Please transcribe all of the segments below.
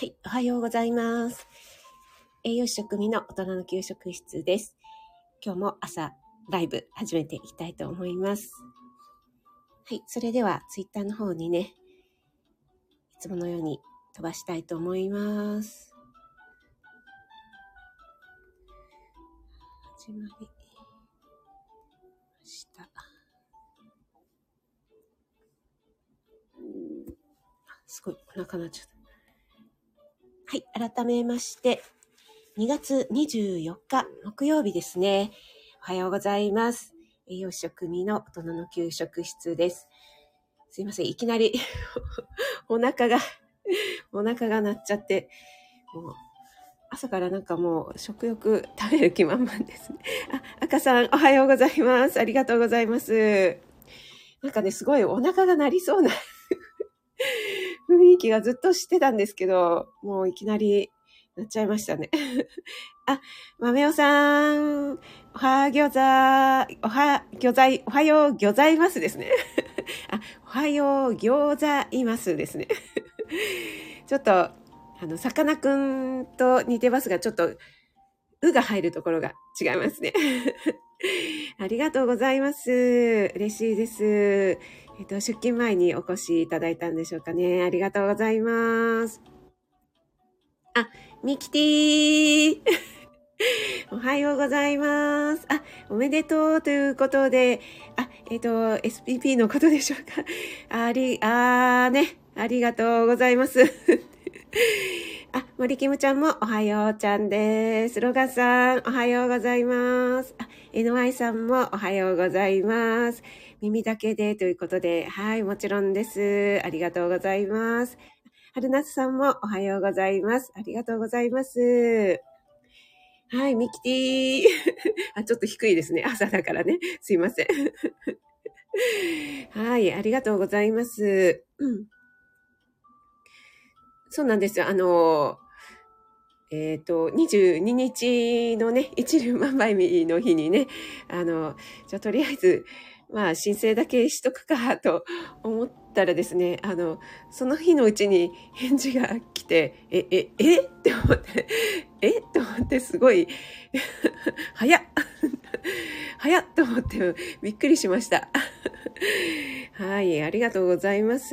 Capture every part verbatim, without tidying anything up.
はい、おはようございます。栄養士食味の大人の給食室です。今日も朝ライブ始めていきたいと思います。はい、それではツイッターの方にね、いつものように飛ばしたいと思います。始まりました。すごいお腹鳴っちゃった。はい、改めましてにがつにじゅうよっか木曜日ですね。おはようございます。栄養士食味の大人の給食室です。すいません、いきなりお腹がお腹が鳴っちゃって、もう朝からなんかもう食欲食べる気満々ですね。あ、赤さんおはようございます。ありがとうございます。なんかね、すごいお腹が鳴りそうな雰囲気がずっとしてたんですけど、もういきなりなっちゃいましたね。あ、豆おさん、おはぎょざ、おはぎょざい、おはようぎょざいますですね。あ、おはようぎょざいますですね。ちょっと、あの、さかなクンと似てますが、ちょっと、うが入るところが違いますね。ありがとうございます。嬉しいです。えっと、出勤前にお越しいただいたんでしょうかね。ありがとうございます。あ、ミキティーおはようございます。あ、おめでとうということで、あ、えっと、エスピーピー のことでしょうか。あり、あーね、ありがとうございます。あ、森キムちゃんもおはようちゃんです。ロガさん、おはようございます。あ、エヌワイ さんもおはようございます。耳だけでということで、はい、もちろんです。ありがとうございます。春夏さんもおはようございます。ありがとうございます。はい、ミキティあ、ちょっと低いですね。朝だからね。すいません。はい、ありがとうございます。うん、そうなんですよ。あの、えっと、にじゅうににちのね、一粒万倍日の日にね、あの、じゃあとりあえず、まあ、申請だけしとくかと思ったらですね、あの、その日のうちに返事が来て、え、え、えって思って、えって思ってすごい、早っ早っと思ってびっくりしました。はい、ありがとうございます。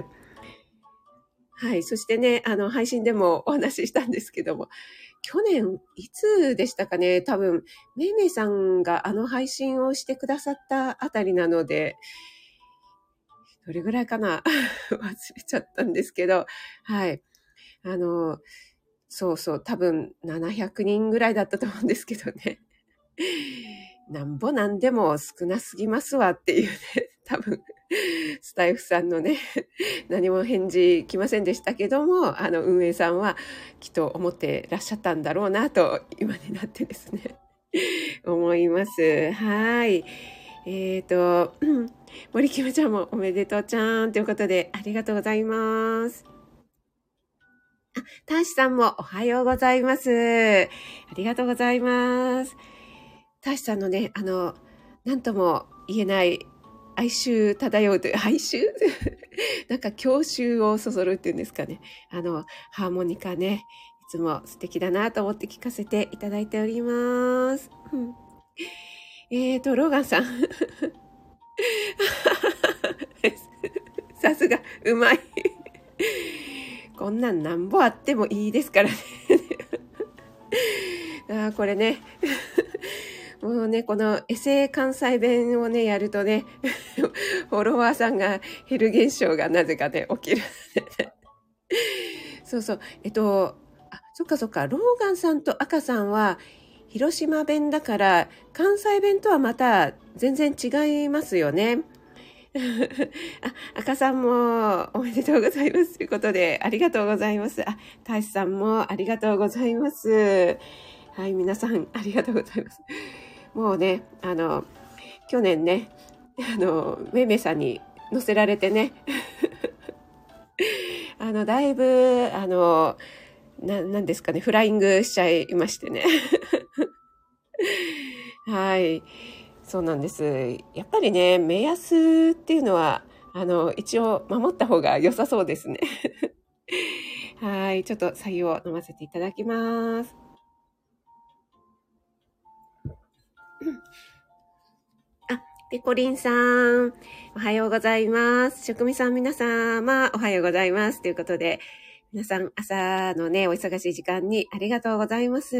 はい。そしてね、あの、配信でもお話ししたんですけども、去年、いつでしたかね、多分、めいめいさんがあの配信をしてくださったあたりなので、どれぐらいかな忘れちゃったんですけど、はい。あの、そうそう、多分ななひゃくにんぐらいだったと思うんですけどね。なんぼなんでも少なすぎますわっていうね、多分、スタイフさんのね、何も返事来ませんでしたけども、あの、運営さんはきっと思ってらっしゃったんだろうなと、今になってですね、思います。はい。えっ、ー、と、森キムちゃんもおめでとうちゃんということで、ありがとうございます。あ、タシさんもおはようございます。ありがとうございます。タシさんのね、あの、なんとも言えない哀愁漂うという、哀愁なんか郷愁をそそるっていうんですかね。あの、ハーモニカね、いつも素敵だなと思って聞かせていただいております。うん、えーと、ローガンさん。さすが、うまい。こんなんなんぼあってもいいですからね。あ、これね。もうね、このエセ関西弁をね、やるとね、フォロワーさんが減る現象がなぜかね、起きる。そうそう。えっと、あ、そっかそっか、ローガンさんと赤さんは、広島弁だから、関西弁とはまた全然違いますよね。あ、赤さんもおめでとうございます。ということで、ありがとうございます。あ、大志さんもありがとうございます。はい、皆さんありがとうございます。もうね、あの、去年ね、あの、めいめいさんに乗せられてね、あの、だいぶ、あの、な、なんですかね、フライングしちゃいましてね。はい。そうなんです。やっぱりね、目安っていうのは、あの、一応守った方が良さそうですね。 はい。ちょっと白湯を飲ませていただきます。あ、ペコリンさん、おはようございます。職味さん皆様、おはようございます。ということで、皆さん朝のね、お忙しい時間にありがとうございます。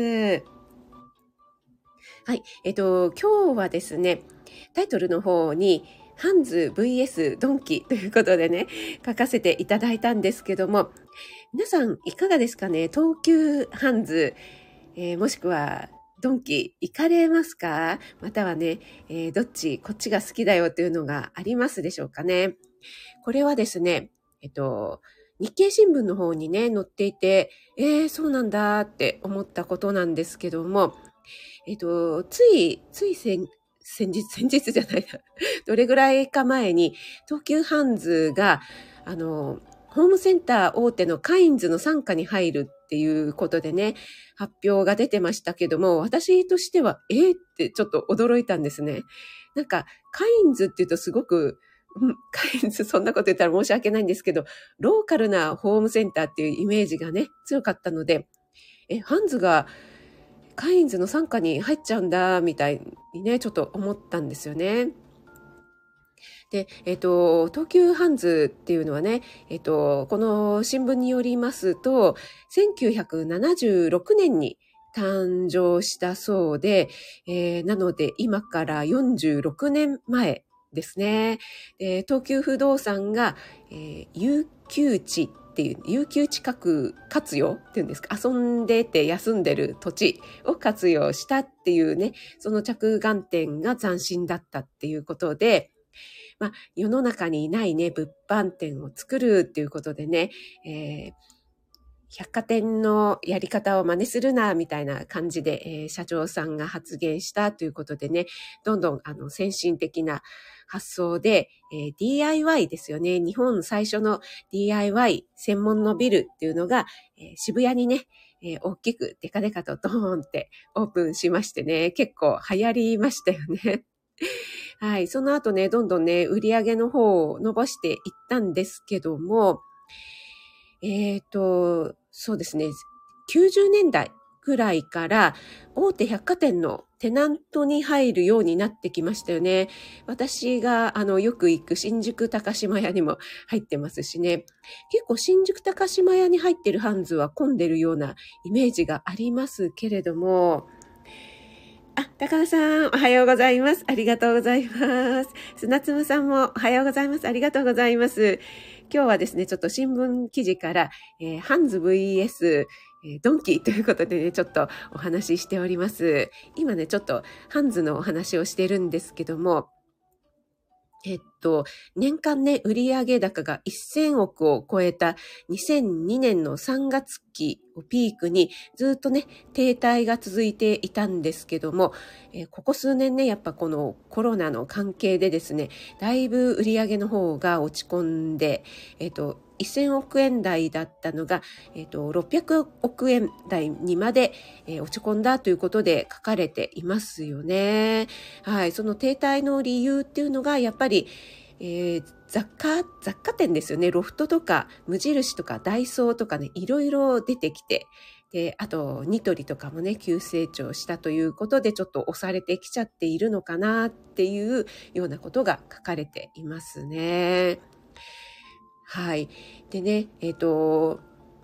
はい。えっと、今日はですね、タイトルの方に、ハンズ ブイエス ドンキということでね、書かせていただいたんですけども、皆さんいかがですかね？東急ハンズ、えー、もしくはドンキ行かれますか？またはね、えー、どっち、こっちが好きだよというのがありますでしょうかね？これはですね、えっと、日経新聞の方にね、載っていて、えー、そうなんだって思ったことなんですけども、えっと、つい、つい先、先日、先日じゃないな。どれぐらいか前に、東急ハンズが、あの、ホームセンター大手のカインズの傘下に入るっていうことでね、発表が出てましたけども、私としては、えー、ってちょっと驚いたんですね。なんか、カインズって言うとすごく、うん、カインズそんなこと言ったら申し訳ないんですけど、ローカルなホームセンターっていうイメージがね、強かったので、え、ハンズがカインズの傘下に入っちゃうんだ、みたいにね、ちょっと思ったんですよね。で、えっと、東急ハンズっていうのはね、えっと、この新聞によりますと、せんきゅうひゃくななじゅうろくねんに誕生したそうで、えーなので今からよんじゅうろくねんまえですね。で東急不動産が、えー有給地っていう、有給地価活用っていうんですか、遊んでて休んでる土地を活用したっていうね、その着眼点が斬新だったっていうことで、まあ、世の中にないね、物販店を作るっていうことでね、えー百貨店のやり方を真似するな、みたいな感じで、えー社長さんが発言したということでね、どんどんあの先進的な発想で、えー ディーアイワイ ですよね。日本最初の ディーアイワイ 専門のビルっていうのが、えー渋谷にね、えー大きくデカデカとドーンってオープンしましてね、結構流行りましたよね。はい。その後ね、どんどんね、売り上げの方を伸ばしていったんですけども、えっと、そうですね、きゅうじゅうねんだいくらいから大手百貨店のテナントに入るようになってきましたよね。私があのよく行く新宿高島屋にも入ってますしね。結構新宿高島屋に入ってるハンズは混んでるようなイメージがありますけれども、あ、高田さん、おはようございます。ありがとうございます。砂つむさんもおはようございます。ありがとうございます。今日はですね、ちょっと新聞記事から、えーハンズ ブイエス、えードンキということでね、ちょっとお話ししております。今ね、ちょっとハンズのお話をしてるんですけども、えっと、年間ね、売上高がせんおくを超えたにせんにねんのさんがつ期をピークにずっとね、停滞が続いていたんですけども、えーここ数年ね、やっぱこのコロナの関係でですね、だいぶ売上の方が落ち込んで、えっと、せんおくえん台だったのが、えっと、ろっぴゃくおくえん台にまで、えー落ち込んだということで書かれていますよね。はい。その停滞の理由っていうのが、やっぱり、えー雑貨、雑貨店ですよね。ロフトとか、無印とか、ダイソーとかね、いろいろ出てきて、で、あと、ニトリとかもね、急成長したということで、ちょっと押されてきちゃっているのかなっていうようなことが書かれていますね。はい。でね、えっと、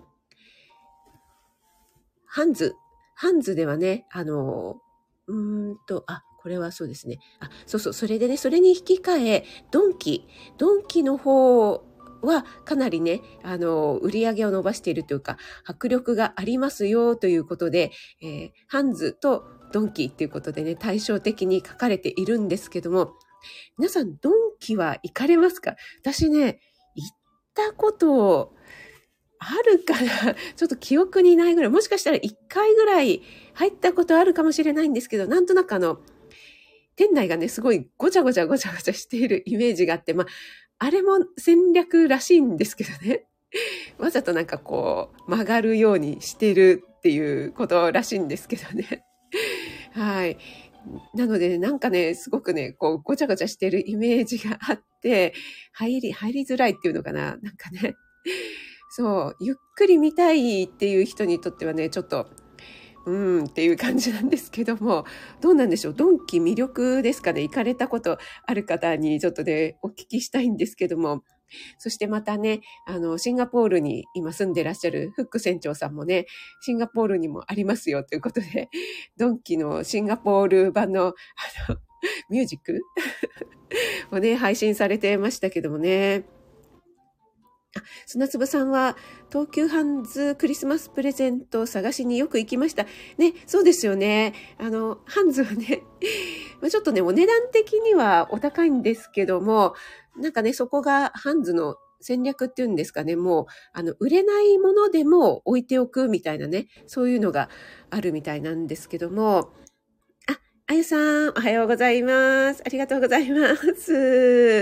ハンズ。ハンズではね、あの、うーんと、あ、これはそうですね。あ、そうそう、それでね、それに引き換え、ドンキ。ドンキの方はかなりね、あの、売り上げを伸ばしているというか、迫力がありますよということで、えーハンズとドンキっていうことでね、対照的に書かれているんですけども、皆さん、ドンキは行かれますか？私ね、行ったことあるかなちょっと記憶にないぐらい、もしかしたらいっかいぐらい入ったことあるかもしれないんですけど、なんとなくあの、店内がね、すごいごちゃごちゃごちゃごちゃしているイメージがあって、まあ、あれも戦略らしいんですけどね。わざとなんかこう、曲がるようにしてるっていうことらしいんですけどね。はい。なので、なんかね、すごくね、こう、ごちゃごちゃしてるイメージがあって、入り、入りづらいっていうのかな。なんかね。 そう、ゆっくり見たいっていう人にとってはね、ちょっと、うーんっていう感じなんですけども、どうなんでしょう。ドンキ魅力ですかね。行かれたことある方にちょっとね、お聞きしたいんですけども、そしてまたね、あの、シンガポールに今住んでらっしゃるフック船長さんもね、シンガポールにもありますよということで、ドンキのシンガポール版の、あの、ミュージックをね、配信されてましたけどもね。あ、砂粒さんは東急ハンズクリスマスプレゼントを探しによく行きました。ね、そうですよね。あの、ハンズはね、ちょっとね、お値段的にはお高いんですけども、なんかね、そこがハンズの戦略っていうんですかね、もう、あの、売れないものでも置いておくみたいなね、そういうのがあるみたいなんですけども、あ、あゆさん、おはようございます。ありがとうございます。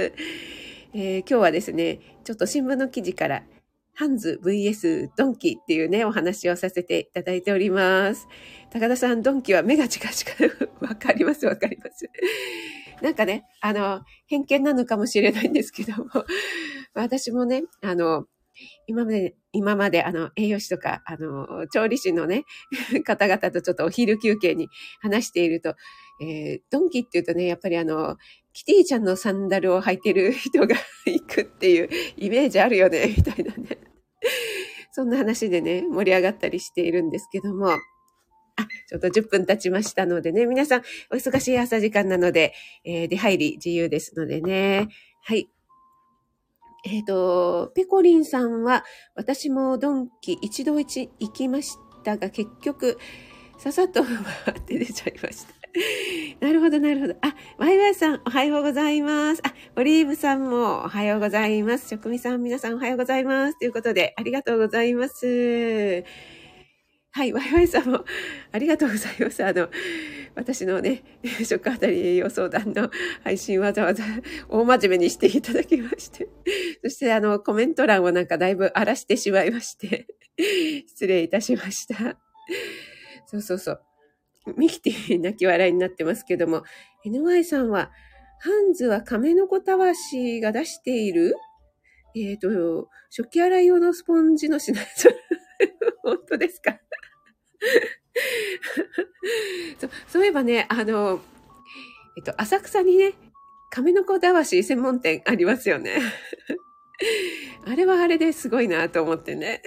えー、今日はですね、ちょっと新聞の記事からハンズ ブイエス ドンキっていうね、お話をさせていただいております。高田さん、ドンキは目が近々わかります、わかります。なんかね、あの、偏見なのかもしれないんですけども、私もね、あの、今まで、今まであの、栄養士とか、あの、調理師のね、方々とちょっとお昼休憩に話していると、えー、ドンキっていうとね、やっぱりあの、キティちゃんのサンダルを履いてる人が行くっていうイメージあるよね、みたいなね。そんな話でね、盛り上がったりしているんですけども、あ、ちょっとじゅっぷん経ちましたのでね、皆さんお忙しい朝時間なので、えー、出入り自由ですのでね。はい。えっ、と、ペコリンさんは、私もドンキ一度一行きましたが、結局、ささっと回って出ちゃいました。なるほど、なるほど。あ、ワイワイさん、おはようございます。あ、オリーブさんもおはようございます。職味さん、皆さんおはようございます。ということで、ありがとうございます。はい、ワイワイさんもありがとうございます。あの、私のね、食あたり栄養相談の配信わざわざ大真面目にしていただきまして、そしてあの、コメント欄をなんかだいぶ荒らしてしまいまして、失礼いたしました。そうそうそう。ミキティ泣き笑いになってますけども、エヌワイ さんは、ハンズは亀の子たわしが出しているえっ、と、食器洗い用のスポンジの品、本当ですかそ, そういえばね、あの、えっと、浅草にね、亀の子たわし専門店ありますよね。あれはあれですごいなと思ってね。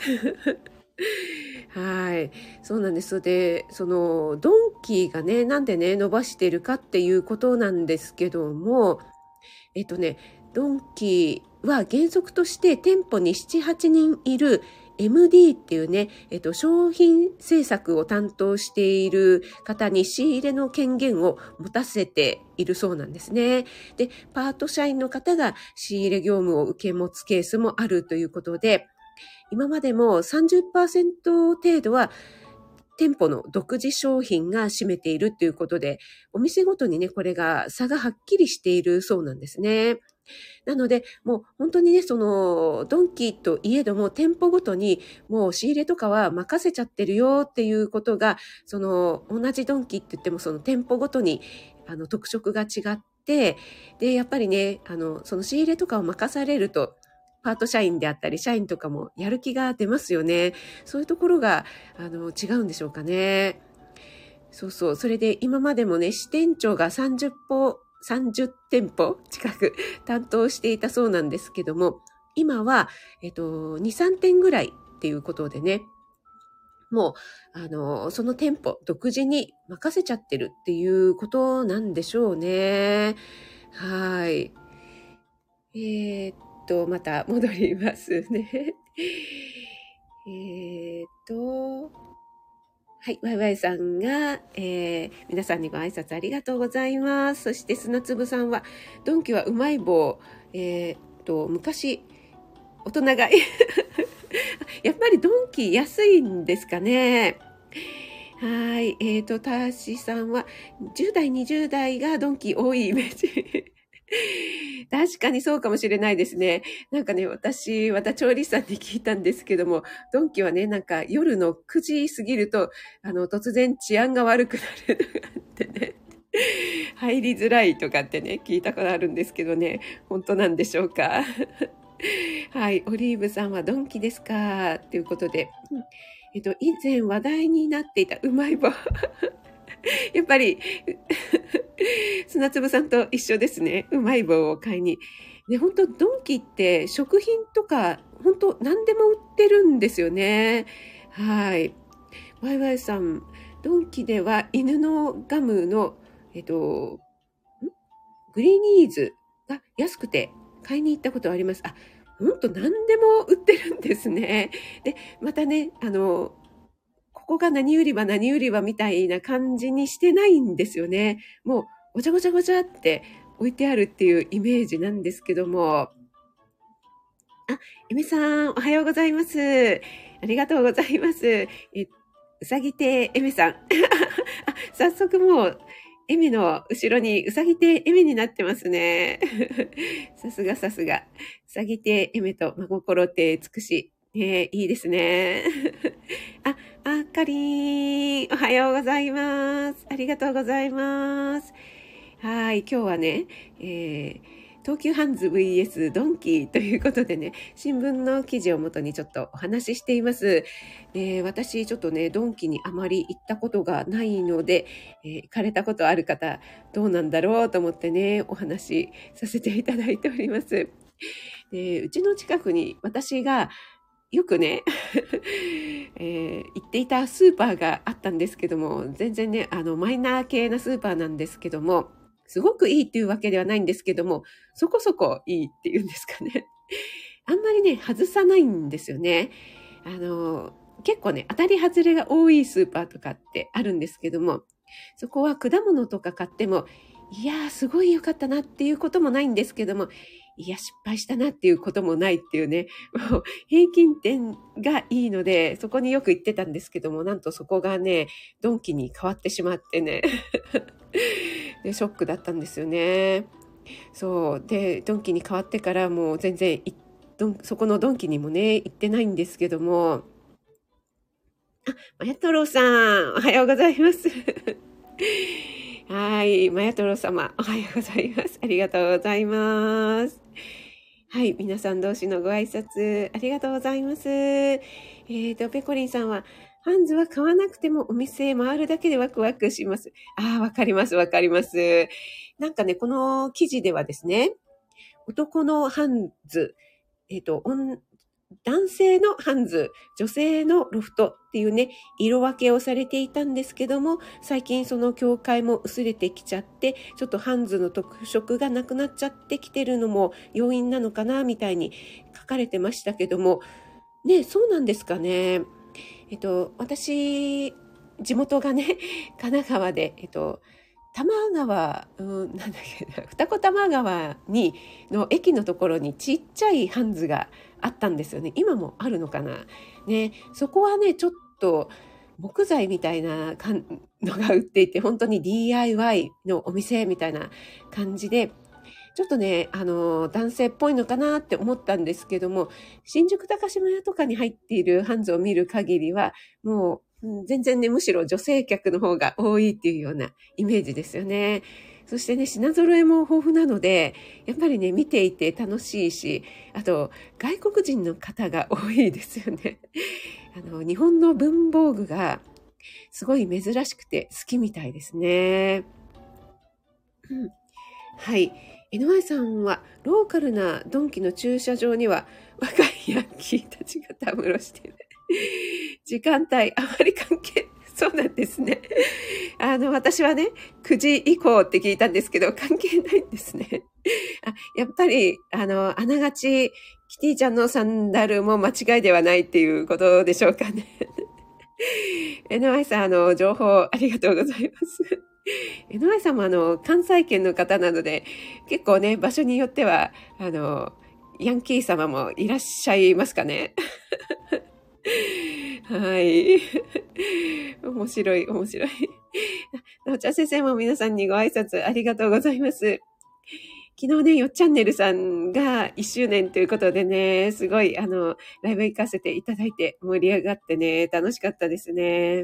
はい。そうなんです。で、その、ドンキーがね、なんでね、伸ばしてるかっていうことなんですけども、えっとね、ドンキーは原則として店舗になな、はちにんいる エムディー っていうね、えっと、商品制作を担当している方に仕入れの権限を持たせているそうなんですね。で、パート社員の方が仕入れ業務を受け持つケースもあるということで、今までも さんじゅっパーセント 程度は店舗の独自商品が占めているということで、お店ごとにね、これが差がはっきりしているそうなんですね。なので、もう本当にね、その、ドンキといえども、店舗ごとに、もう仕入れとかは任せちゃってるよっていうことが、その、同じドンキって言っても、その店舗ごとに、あの、特色が違って、で、やっぱりね、あの、その仕入れとかを任されると、パート社員であったり、社員とかもやる気が出ますよね。そういうところが、あの、違うんでしょうかね。そうそう。それで今までもね、支店長がさんじゅっぽ、さんじゅってんぽ近く担当していたそうなんですけども、今は、えっと、に、さんてんぐらいっていうことでね、もう、あの、その店舗独自に任せちゃってるっていうことなんでしょうね。はい。えー、っと、また戻りますね。えーっと、はい、ワイワイさんが、えー、皆さんにご挨拶ありがとうございます。そして砂粒さんは、ドンキはうまい棒、えー、っと、昔、大人が、やっぱりドンキ安いんですかね。はい、えーっと、たーしさんは、じゅう代、にじゅう代がドンキ多いイメージ。確かにそうかもしれないですね。なんかね、私、また調理師さんに聞いたんですけども、ドンキはね、なんか夜のくじ過ぎると、あの、突然治安が悪くなるとかってね、入りづらいとかってね、聞いたことあるんですけどね、本当なんでしょうか。 はい。オリーブさんはドンキですかということで。うんえっと、以前話題になっていたうまい棒。やっぱり、砂粒さんと一緒ですね。うまい棒を買いに。ね、本当ドンキって食品とか、本当何でも売ってるんですよね。はい。ワイワイさん、ドンキでは犬のガムの、えっと、んグリニーズが安くて買いに行ったことあります。あ、ほんと何でも売ってるんですね。で、またね、あの、ここが何売り場何売り場みたいな感じにしてないんですよね。もうごちゃごちゃごちゃって置いてあるっていうイメージなんですけども。あ、エメさん、おはようございます。ありがとうございます。え、うさぎ亭エメさん。あ、早速もう、エメの後ろにうさぎ亭エメになってますね。さすがさすが。うさぎ亭エメと真心亭つくし。ね、いいですね。あ、あかりーん、おはようございます。ありがとうございます。はい、今日はね、えー、東急ハンズ ブイエス ドンキということでね、新聞の記事をもとにちょっとお話ししています。えー、私ちょっとね、ドンキにあまり行ったことがないので、えー行かれたことある方、どうなんだろうと思ってね、お話しさせていただいております。で、うちの近くに私がよくね、えー行っていたスーパーがあったんですけども、全然ね、あの、マイナー系なスーパーなんですけども、すごくいいっていうわけではないんですけども、そこそこいいっていうんですかね。あんまりね、外さないんですよね。あの、結構ね、当たり外れが多いスーパーとかってあるんですけども、そこは果物とか買っても、いやー、すごい良かったなっていうこともないんですけども、いや、失敗したなっていうこともないっていうね、もう平均点がいいので、そこによく行ってたんですけども、なんとそこがね、ドンキに変わってしまってね、で、ショックだったんですよね。そう。で、ドンキに変わってからもう全然いドンそこのドンキにもね、行ってないんですけども、あ、マヤトロさん、おはようございます。はい、マヤトロ様、おはようございます。ありがとうございます。はい、皆さん同士のご挨拶、ありがとうございます。えーと、ペコリンさんは、ハンズは買わなくてもお店へ回るだけでワクワクします。ああ、わかります、わかります。なんかね、この記事ではですね、男のハンズ、えっ、と、女男性のハンズ、女性のロフトっていうね、色分けをされていたんですけども、最近その境界も薄れてきちゃって、ちょっとハンズの特色がなくなっちゃってきてるのも要因なのかな、みたいに書かれてましたけども、ね、そうなんですかね。えっと、私、地元がね、神奈川で、えっと、多摩川、うん、なんだっけな、二子玉川に、の駅のところにちっちゃいハンズがあったんですよね。今もあるのかな。ね、そこはね、ちょっと木材みたいなかんのが売っていて、本当に ディーアイワイ のお店みたいな感じで、ちょっとね、あの、男性っぽいのかなって思ったんですけども、新宿高島屋とかに入っているハンズを見る限りは、もう、うん全然ね、むしろ女性客の方が多いっていうようなイメージですよね。そしてね、品揃えも豊富なので、やっぱりね、見ていて楽しいし、あと、外国人の方が多いですよね。あの、日本の文房具がすごい珍しくて好きみたいですね。うん、はい。エヌワイ さんは、ローカルなドンキの駐車場には若いヤンキーたちがたむろしている。時間帯、あまり関係、そうなんですね。あの、私はね、くじ以降って聞いたんですけど、関係ないんですね。あ、やっぱり、あの、あながち、キティちゃんのサンダルも間違いではないっていうことでしょうかね。エヌワイ さん、あの、情報ありがとうございます。エヌワイ さんもあの、関西圏の方なので、結構ね、場所によっては、あの、ヤンキー様もいらっしゃいますかね。はい。面白い、面白い。なおちゃん先生も皆さんにご挨拶ありがとうございます。昨日ね、よっチャンネルさんがいっしゅうねんということでね、すごい、あの、ライブ行かせていただいて盛り上がってね、楽しかったですね。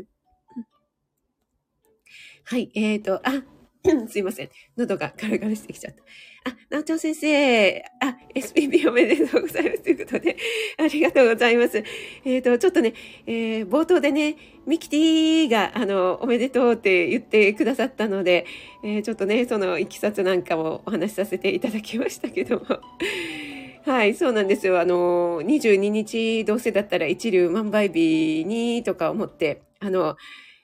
はい、えーと、あ、すいません。喉がガラガラしてきちゃった。 あ、なおちゃん先生、あ、エスピービー おめでとうございます。ということで、ありがとうございます。えっ、と、ちょっとね、えー、冒頭でね、ミキティが、あの、おめでとうって言ってくださったので、えー、ちょっとね、そのいきさつなんかもお話しさせていただきましたけども。はい、そうなんですよ。あの、にじゅうににちどうせだったら一粒万倍日にとか思って、あの、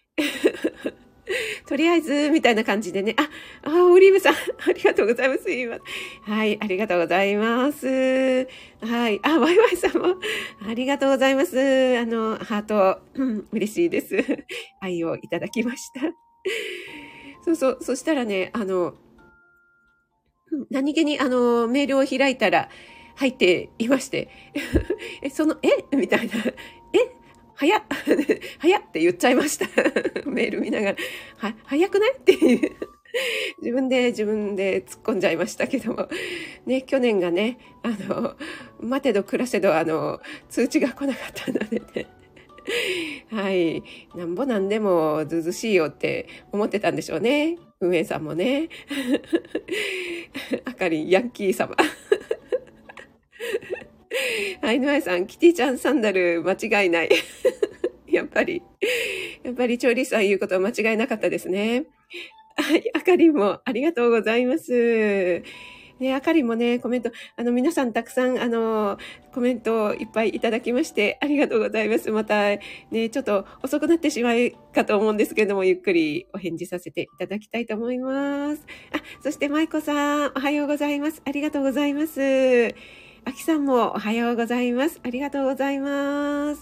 とりあえず、みたいな感じでね。あ、あ、オリーブさん、ありがとうございます。今はい、ありがとうございます。はい。あ、ワイワイさんも、ありがとうございます。あの、ハート、うん、嬉しいです。愛をいただきました。そうそう、そしたらね、あの、何気にあの、メールを開いたら入っていまして、え、その、えみたいな、え早っ早っって言っちゃいました。メール見ながら。は、早くないっていう。自分で自分で突っ込んじゃいましたけども。ね、去年がね、あの、待てど暮らせど、あの、通知が来なかったのでね。はい。なんぼなんでもずうずしいよって思ってたんでしょうね。運営さんもね。あかりん、ヤンキー様。はい、ノアさん、キティちゃんサンダル間違いない。やっぱり、やっぱり調理師さん言うことは間違いなかったですね。はい、あかりんもありがとうございます。ね、あかりんもね、コメント、あの、皆さんたくさん、あの、コメントをいっぱいいただきまして、ありがとうございます。また、ね、ちょっと遅くなってしまうかと思うんですけれども、ゆっくりお返事させていただきたいと思います。あ、そして舞子さん、おはようございます。ありがとうございます。あきさんもおはようございます。ありがとうございます。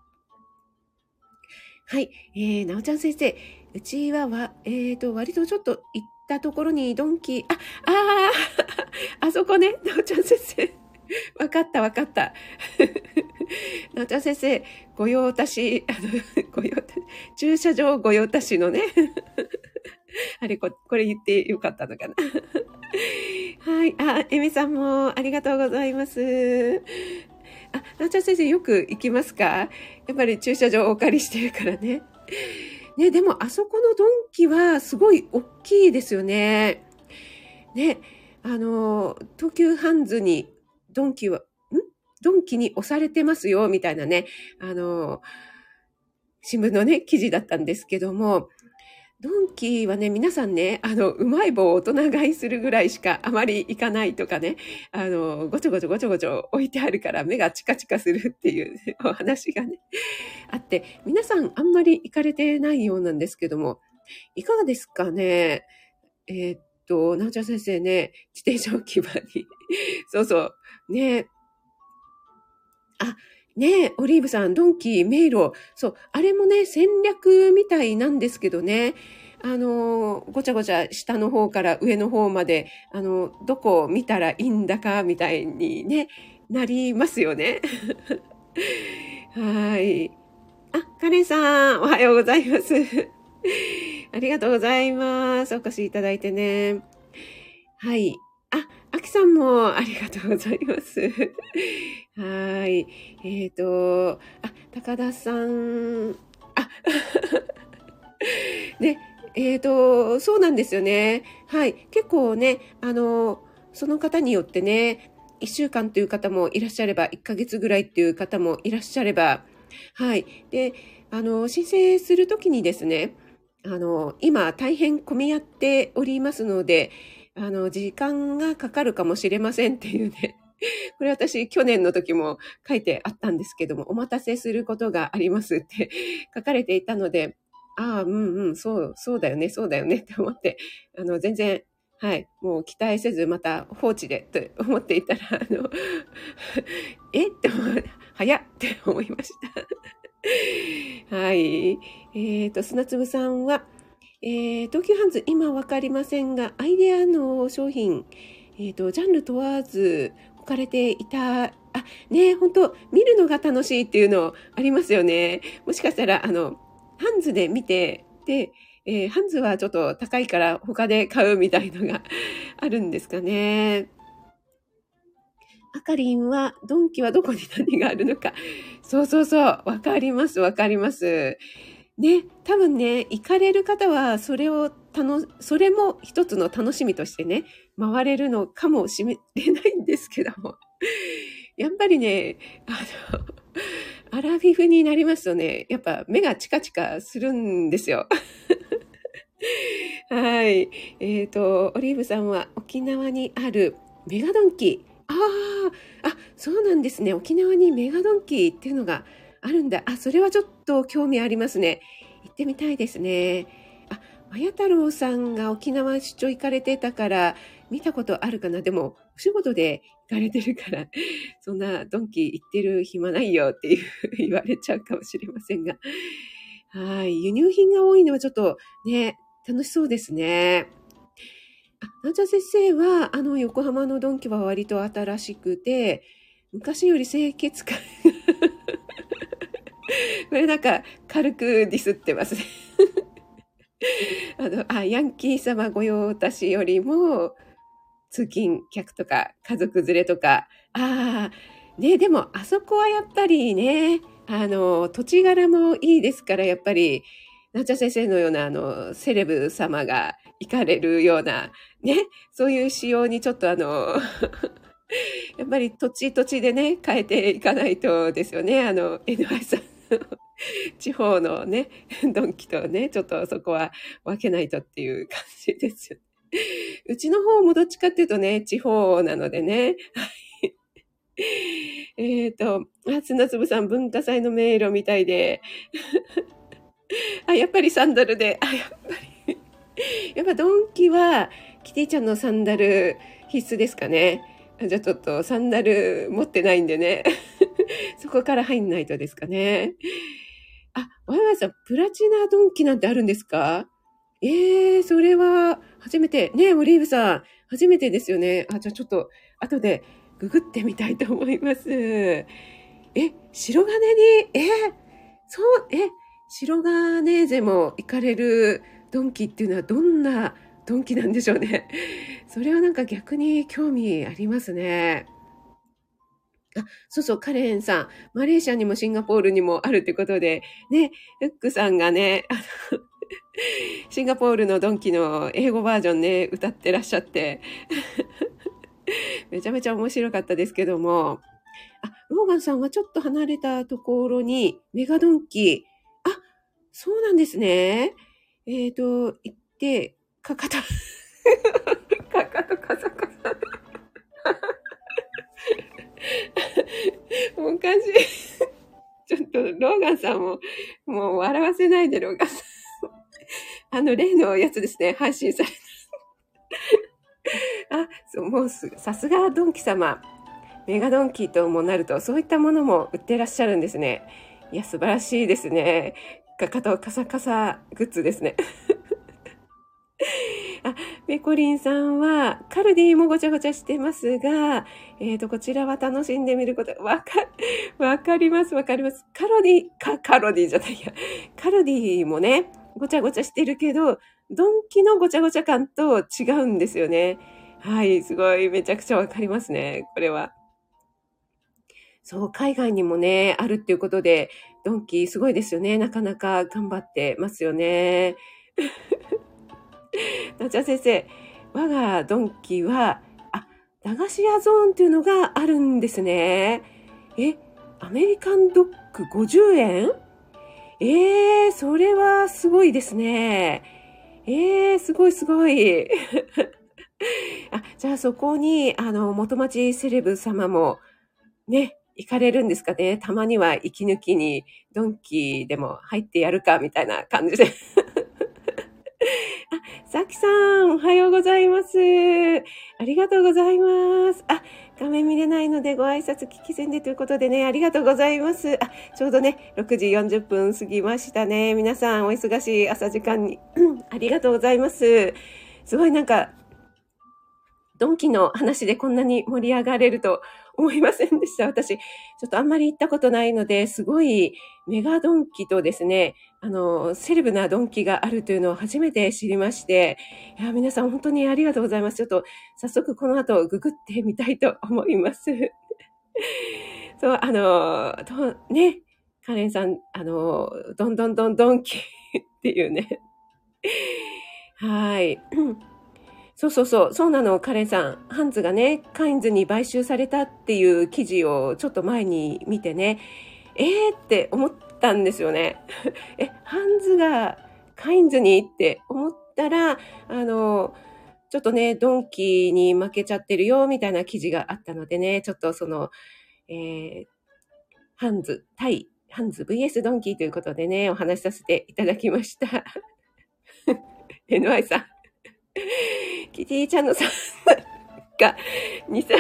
はい。えー、なおちゃん先生。うちは、わ、えーと、割とちょっと行ったところにドンキー、あ、ああ、あそこね、なおちゃん先生。わかった、わかった。なおちゃん先生、御用達、あの、御用達、駐車場御用達のね。あれこ、これ言ってよかったのかな。はい。あ、エミさんもありがとうございます。あ、なおちゃん先生よく行きますか？やっぱり駐車場をお借りしてるからね。ね、でもあそこのドンキはすごい大きいですよね。ね、あの、東急ハンズにドンキは、んドンキに押されてますよ、みたいなね、あの、新聞のね、記事だったんですけども、ドンキはね、皆さんね、あの、うまい棒を大人買いするぐらいしかあまり行かないとかね、あの、ごちょごちょごちょごちょ置いてあるから目がチカチカするっていう、ね、お話がね、あって、皆さんあんまり行かれてないようなんですけども、いかがですかね？えーっと、なおちゃん先生ね、自転車置き場に。そうそう。ね、あ、ねえ、オリーブさん、ドンキ、迷路。そう、あれもね、戦略みたいなんですけどね。あの、ごちゃごちゃ下の方から上の方まで、あの、どこを見たらいいんだか、みたいにね、なりますよね。はい。あ、カレンさん、おはようございます。ありがとうございます。お越しいただいてね。はい。あ、あきさんもありがとうございます。はい。えっ、ー、と、あ、高田さん、あ、ね、えっ、ー、と、そうなんですよね。はい。結構ね、あの、その方によってね、いっしゅうかんという方もいらっしゃれば、いっかげつぐらいっていう方もいらっしゃれば、はい。で、あの、申請するときにですね、あの、今大変混み合っておりますので、あの、時間がかかるかもしれませんっていうね。これ私、去年の時も書いてあったんですけども、お待たせすることがありますって書かれていたので、ああ、うんうん、そう、そうだよね、そうだよねって思って、あの、全然、はい、もう期待せず、また放置でと思っていたら、あの、えって思う、早っって思いました。はい。えっ、と、砂粒さんは、えー、東急ハンズ、今わかりませんが、アイデアの商品、えっ、と、ジャンル問わず置かれていた、あ、ね、本当見るのが楽しいっていうのありますよね。もしかしたら、あの、ハンズで見て、で、えーハンズはちょっと高いから他で買うみたいのがあるんですかね。あかりんは、ドンキはどこに何があるのか。そうそうそう。わかります、わかります。ね、多分ね、行かれる方は、それを楽、それも一つの楽しみとしてね、 回れるのかもしれないんですけども。やっぱりね、あの、アラフィフになりますとね、やっぱ目がチカチカするんですよ。はい。えっ、と、オリーブさんは沖縄にあるメガドンキ。ああ、あ、そうなんですね。沖縄にメガドンキっていうのがあるんだ。あ、それはちょっと興味ありますね。行ってみたいですね。あ、まや太郎さんが沖縄出張行かれてたから見たことあるかな。でも、お仕事で行かれてるから、そんなドンキ行ってる暇ないよっていう言われちゃうかもしれませんが。はい。輸入品が多いのはちょっとね、楽しそうですね。あ、なんちゃん先生は、あの、横浜のドンキは割と新しくて、昔より清潔感これなんか軽くディスってますね。あの、あ、ヤンキー様御用達よりも、通勤客とか家族連れとか、ああ、ね、でもあそこはやっぱりね、あの、土地柄もいいですから、やっぱり、なんちゃ先生のような、あの、セレブ様が行かれるような、ね、そういう仕様にちょっとあの、やっぱり土地土地でね、変えていかないとですよね。あの、エヌワイ さんの地方のね、ドンキとね、ちょっとそこは分けないとっていう感じですよ。うちの方もどっちかっていうとね、地方なのでね。えっと、あ、砂粒さん文化祭の迷路みたいで、あ、やっぱりサンダルで、あ、やっぱり、やっぱドンキはキティちゃんのサンダル必須ですかね。じゃあちょっとサンダル持ってないんでね。そこから入んないとですかね。あ、わいわいさん、プラチナドンキなんてあるんですか？ええー、それは初めて。ねえ、オリーブさん、初めてですよね。あ、じゃあちょっと後でググってみたいと思います。え、白金に、え、そう、え、白金勢も行かれるドンキっていうのはどんなドンキなんでしょうね。それはなんか逆に興味ありますね。あ、そうそう、カレンさん、マレーシアにもシンガポールにもあるってことで、ね、フックさんがね、あの、シンガポールのドンキの英語バージョンね、歌ってらっしゃって、めちゃめちゃ面白かったですけども、あ、ローガンさんはちょっと離れたところにメガドンキ、あ、そうなんですね。えっ、と、行って、かかと、かかとカサカサ。おかしい。ちょっと、ローガンさんも、もう笑わせないで、ローガンさん。あの、例のやつですね、配信された。あ、そう、もうすぐ、さすがドンキ様。メガドンキともなると、そういったものも売ってらっしゃるんですね。いや、素晴らしいですね。かかとカサカサグッズですね。あ、ペコリンさんは、カルディもごちゃごちゃしてますが、えっ、と、こちらは楽しんでみること、わか、わかります、わかります。カロディ、か、カロディじゃないや。カルディもね、ごちゃごちゃしてるけど、ドンキのごちゃごちゃ感と違うんですよね。はい、すごい、めちゃくちゃわかりますね、これは。そう、海外にもね、あるっていうことで、ドンキすごいですよね。なかなか頑張ってますよね。なちゃん先生、我がドンキは、あ、駄菓子屋ゾーンっていうのがあるんですね。え、アメリカンドッグごじゅうえん？えー、それはすごいですね。えー、すごいすごい。あ、じゃあそこに、あの、元町セレブ様も、ね、行かれるんですかね。たまには息抜きにドンキでも入ってやるかみたいな感じで。あ、さきさん、おはようございます。ありがとうございます。あ、画面見れないのでご挨拶聞き戦でということでね、ありがとうございます。あ、ちょうどね、ろくじよんじゅっぷん過ぎましたね。皆さん、お忙しい朝時間に、ありがとうございます。すごいなんか、ドンキの話でこんなに盛り上がれると思いませんでした。私、ちょっとあんまり行ったことないので、すごいメガドンキとですね、あの、セレブなドンキがあるというのを初めて知りまして、いや、皆さん本当にありがとうございます。ちょっと早速この後ググってみたいと思います。そう、あの、とね、カレンさん、あの、どんどんどんドンキっていうね。はい。 そうそうそう、そうなの、カレンさん。ハンズがね、カインズに買収されたっていう記事をちょっと前に見てね、えーって思ったんですよね。え、ハンズがカインズにって思ったら、あの、ちょっとね、ドンキに負けちゃってるよ、みたいな記事があったのでね、ちょっとその、えー、ハンズ対、ハンズ ブイエス ドンキーということでね、お話しさせていただきました。エヌワイ さん。キティちゃんのさんが偽物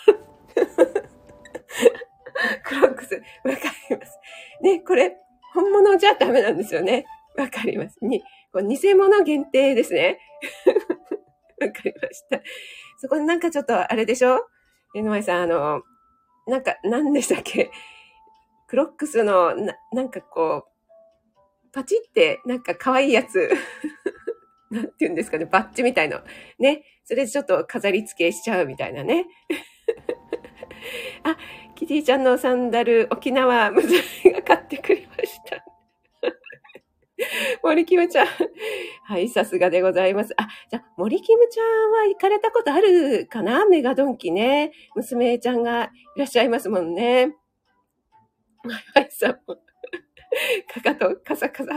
クロックス、わかります。ね、これ、本物じゃダメなんですよね。わかります。に、これ偽物限定ですね。わかりました。そこでなんかちょっとあれでしょ？エヌワイさん、あの、なんか、何でしたっけ？クロックスの、な、なんかこう、パチって、なんか可愛いやつ。なんて言うんですかね、バッジみたいの。ね。それでちょっと飾り付けしちゃうみたいなね。あ、キティちゃんのサンダル、沖縄娘が買ってくれました。森キムちゃん。はい、さすがでございます。あ、じゃあ、森キムちゃんは行かれたことあるかな？メガドンキね。娘ちゃんがいらっしゃいますもんね。はい、さんも。かかと、カサカサ。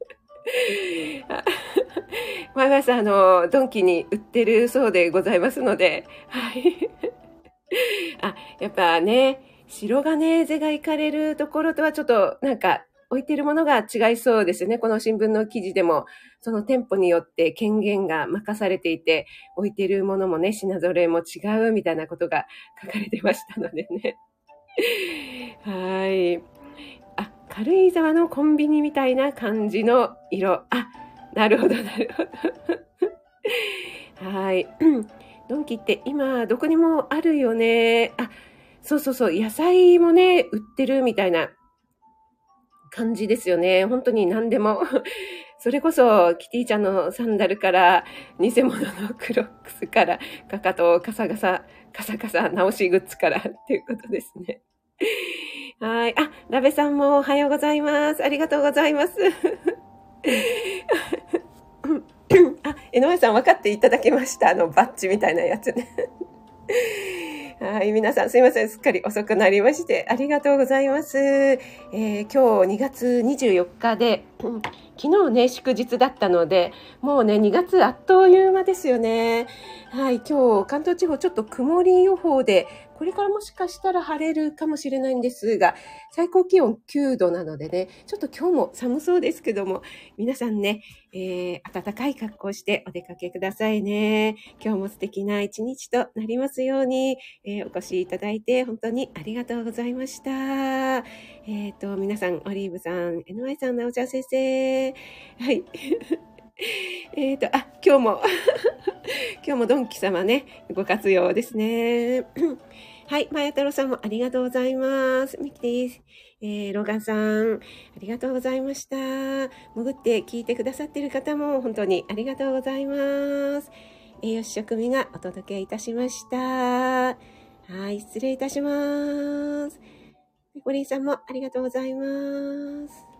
ワイワイさん、あの、ドンキに売ってるそうでございますので、はい。あ、やっぱね、白金勢が行かれるところとはちょっと、なんか、置いてるものが違いそうですよね。この新聞の記事でも、その店舗によって権限が任されていて、置いてるものもね、品揃えも違うみたいなことが書かれてましたのでね。はい。あ、軽井沢のコンビニみたいな感じの色。あ、なるほど、なるほど。はい。ドンキって今どこにもあるよね。あ、そうそうそう。野菜もね、売ってるみたいな感じですよね。本当に何でも。それこそ、キティちゃんのサンダルから、偽物のクロックスから、かかとカサカサ、カサカサ直しグッズからっていうことですね。はい。あ、ラベさんもおはようございます。ありがとうございます。あ、江上さん分かっていただけました。あの、バッジみたいなやつね。はい。皆さんすいません。すっかり遅くなりまして。ありがとうございます。えー、今日にがつにじゅうよっかで、うん、昨日ね、祝日だったので、もうね、にがつあっという間ですよね。はい。今日、関東地方ちょっと曇り予報で、これからもしかしたら晴れるかもしれないんですが、最高気温きゅうどなのでね、ちょっと今日も寒そうですけども、皆さんね、えー、暖かい格好をしてお出かけくださいね。今日も素敵な一日となりますように、えー、お越しいただいて本当にありがとうございました。えっと、皆さん、オリーブさん、エヌワイ さん、なおちゃん先生、はい。えっと、あ、今日も、今日もドンキ様ね、ご活用ですね。はい、まや太郎さんもありがとうございます。ミキです。えー、ローガンさん、ありがとうございました。潜って聞いてくださっている方も本当にありがとうございます。栄養士食味がお届けいたしました。はい、失礼いたします。ゴリンさんもありがとうございます。